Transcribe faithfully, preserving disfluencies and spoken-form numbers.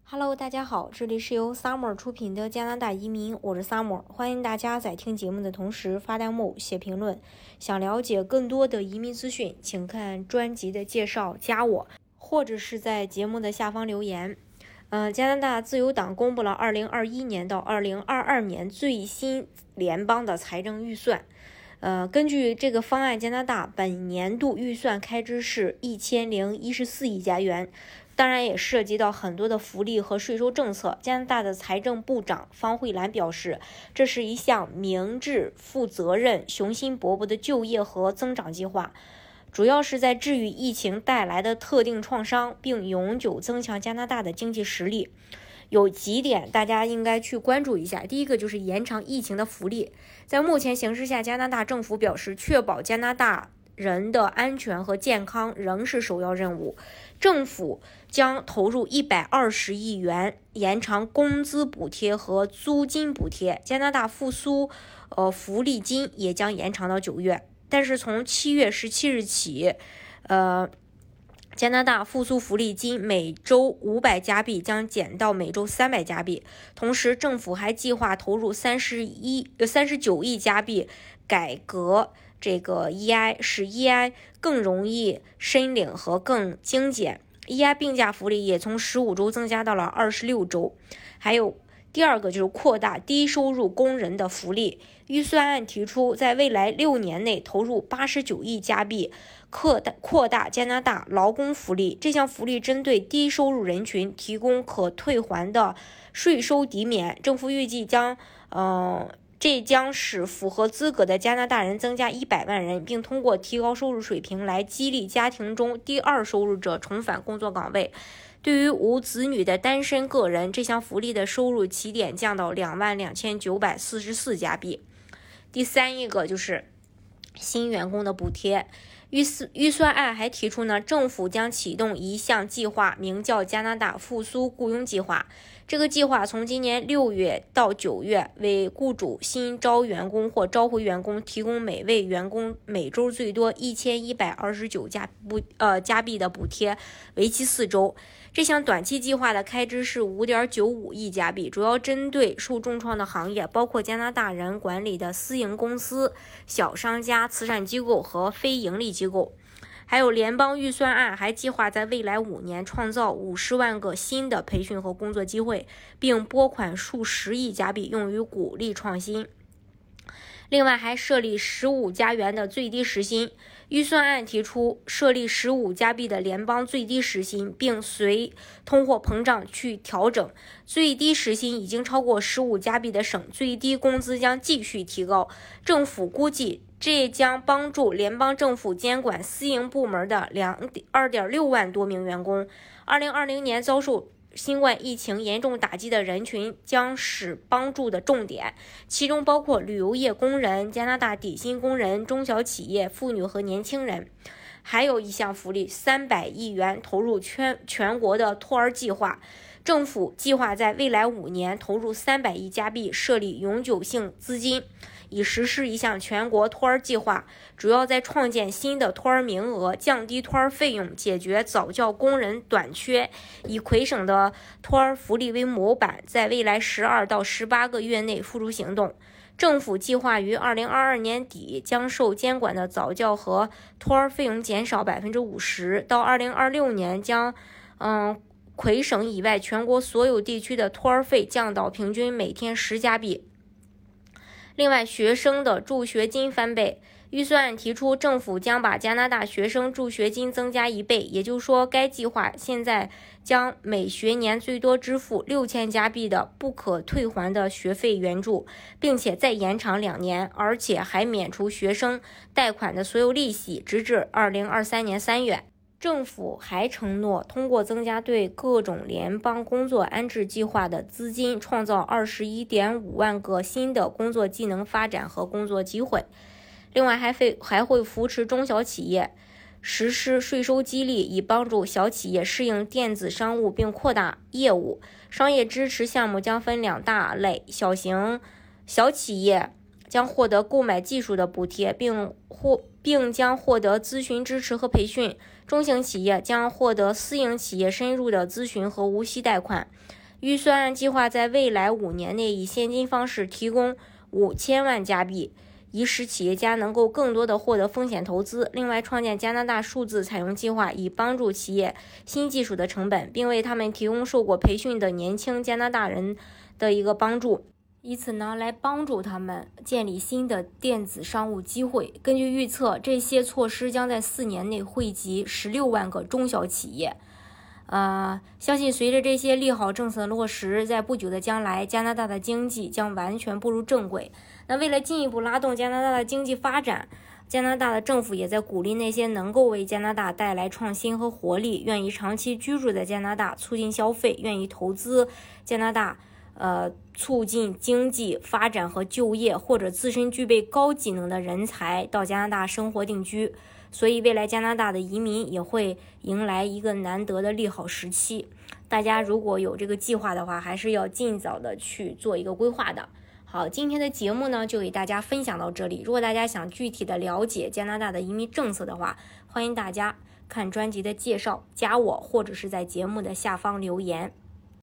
Hello， 大家好，这里是由 Summer 出品的加拿大移民，我是 Summer， 欢迎大家在听节目的同时发弹幕、写评论。想了解更多的移民资讯，请看专辑的介绍，加我，或者是在节目的下方留言。呃，加拿大自由党公布了二零二一年到二零二二年最新联邦的财政预算。呃，根据这个方案，加拿大本年度预算开支是一千零一十四亿加元。当然也涉及到很多的福利和税收政策。加拿大的财政部长方慧兰表示，这是一项明智、负责任、雄心勃勃的就业和增长计划，主要是在治愈疫情带来的特定创伤，并永久增强加拿大的经济实力。有几点大家应该去关注一下。第一个就是延长疫情的福利。在目前形势下，加拿大政府表示，确保加拿大人的安全和健康仍是首要任务。政府将投入一百二十亿元延长工资补贴和租金补贴。加拿大复苏呃福利金也将延长到九月，但是从七月十七日起，呃。加拿大复苏福利金每周五百加币将减到每周三百加币。同时，政府还计划投入三十一三十九亿加币改革这个 E I， 使 E I 更容易申领和更精简。E I 病假福利也从十五周增加到了二十六周。还有第二个就是扩大低收入工人的福利。预算案提出，在未来六年内投入八十九亿加币，扩大扩大加拿大劳工福利。这项福利针对低收入人群提供可退还的税收抵免。政府预计将，呃，这将使符合资格的加拿大人增加一百万人，并通过提高收入水平来激励家庭中第二收入者重返工作岗位。对于无子女的单身个人，这项福利的收入起点降到两万两千九百四十四加币。第三一个就是新员工的补贴。预预算案还提出呢，政府将启动一项计划，名叫加拿大复苏雇佣计划。这个计划从今年六月到九月，为雇主新招员工或召回员工提供每位员工每周最多一千一百二十九加不呃加币的补贴，为期四周。这项短期计划的开支是五点九五亿加币，主要针对受重创的行业，包括加拿大人管理的私营公司、小商家、慈善机构和非营利机构。还有联邦预算案还计划在未来五年创造五十万个新的培训和工作机会，并拨款数十亿加币用于鼓励创新。另外还设立十五加元的最低时薪。预算案提出设立十五加币的联邦最低时薪，并随通货膨胀去调整。最低时薪已经超过十五加币的省，最低工资将继续提高。政府估计这将帮助联邦政府监管私营部门的二点六万多名员工。二零二零年遭受新冠疫情严重打击的人群将是帮助的重点，其中包括旅游业工人、加拿大底薪工人、中小企业、妇女和年轻人。还有一项福利，三百亿元投入全全国的托儿计划。政府计划在未来五年投入三百亿加币，设立永久性资金，以实施一项全国托儿计划，主要在创建新的托儿名额，降低托儿费用，解决早教工人短缺。以魁省的托儿福利为模板，在未来十二到十八个月内付诸行动。政府计划于二零二二年底将受监管的早教和托儿费用减少 百分之五十， 到二零二六年将嗯。魁省以外全国所有地区的托儿费降到平均每天十加币。另外，学生的助学金翻倍。预算案提出，政府将把加拿大学生助学金增加一倍，也就是说，该计划现在将每学年最多支付六千加币的不可退还的学费援助，并且再延长两年，而且还免除学生贷款的所有利息，直至二零二三年三月。政府还承诺通过增加对各种联邦工作安置计划的资金，创造 二十一点五万个新的工作技能发展和工作机会。另外还会还会扶持中小企业，实施税收激励，以帮助小企业适应电子商务并扩大业务。商业支持项目将分两大类，小型小企业将获得购买技术的补贴，并获并将获得咨询支持和培训。中型企业将获得私营企业深入的咨询和无息贷款。预算计划在未来五年内以现金方式提供五千万加币，以使企业家能够更多的获得风险投资。另外，创建加拿大数字采用计划，以帮助企业新技术的成本，并为他们提供受过培训的年轻加拿大人的一个帮助，以此呢来帮助他们建立新的电子商务机会。根据预测，这些措施将在四年内惠及十六万个中小企业。呃，相信随着这些利好政策落实，在不久的将来，加拿大的经济将完全步入正轨。那为了进一步拉动加拿大的经济发展，加拿大的政府也在鼓励那些能够为加拿大带来创新和活力、愿意长期居住在加拿大、促进消费、愿意投资加拿大、呃，促进经济发展和就业，或者自身具备高技能的人才到加拿大生活定居。所以未来加拿大的移民也会迎来一个难得的利好时期。大家如果有这个计划的话，还是要尽早的去做一个规划的。好，今天的节目呢就给大家分享到这里。如果大家想具体的了解加拿大的移民政策的话，欢迎大家看专辑的介绍，加我或者是在节目的下方留言。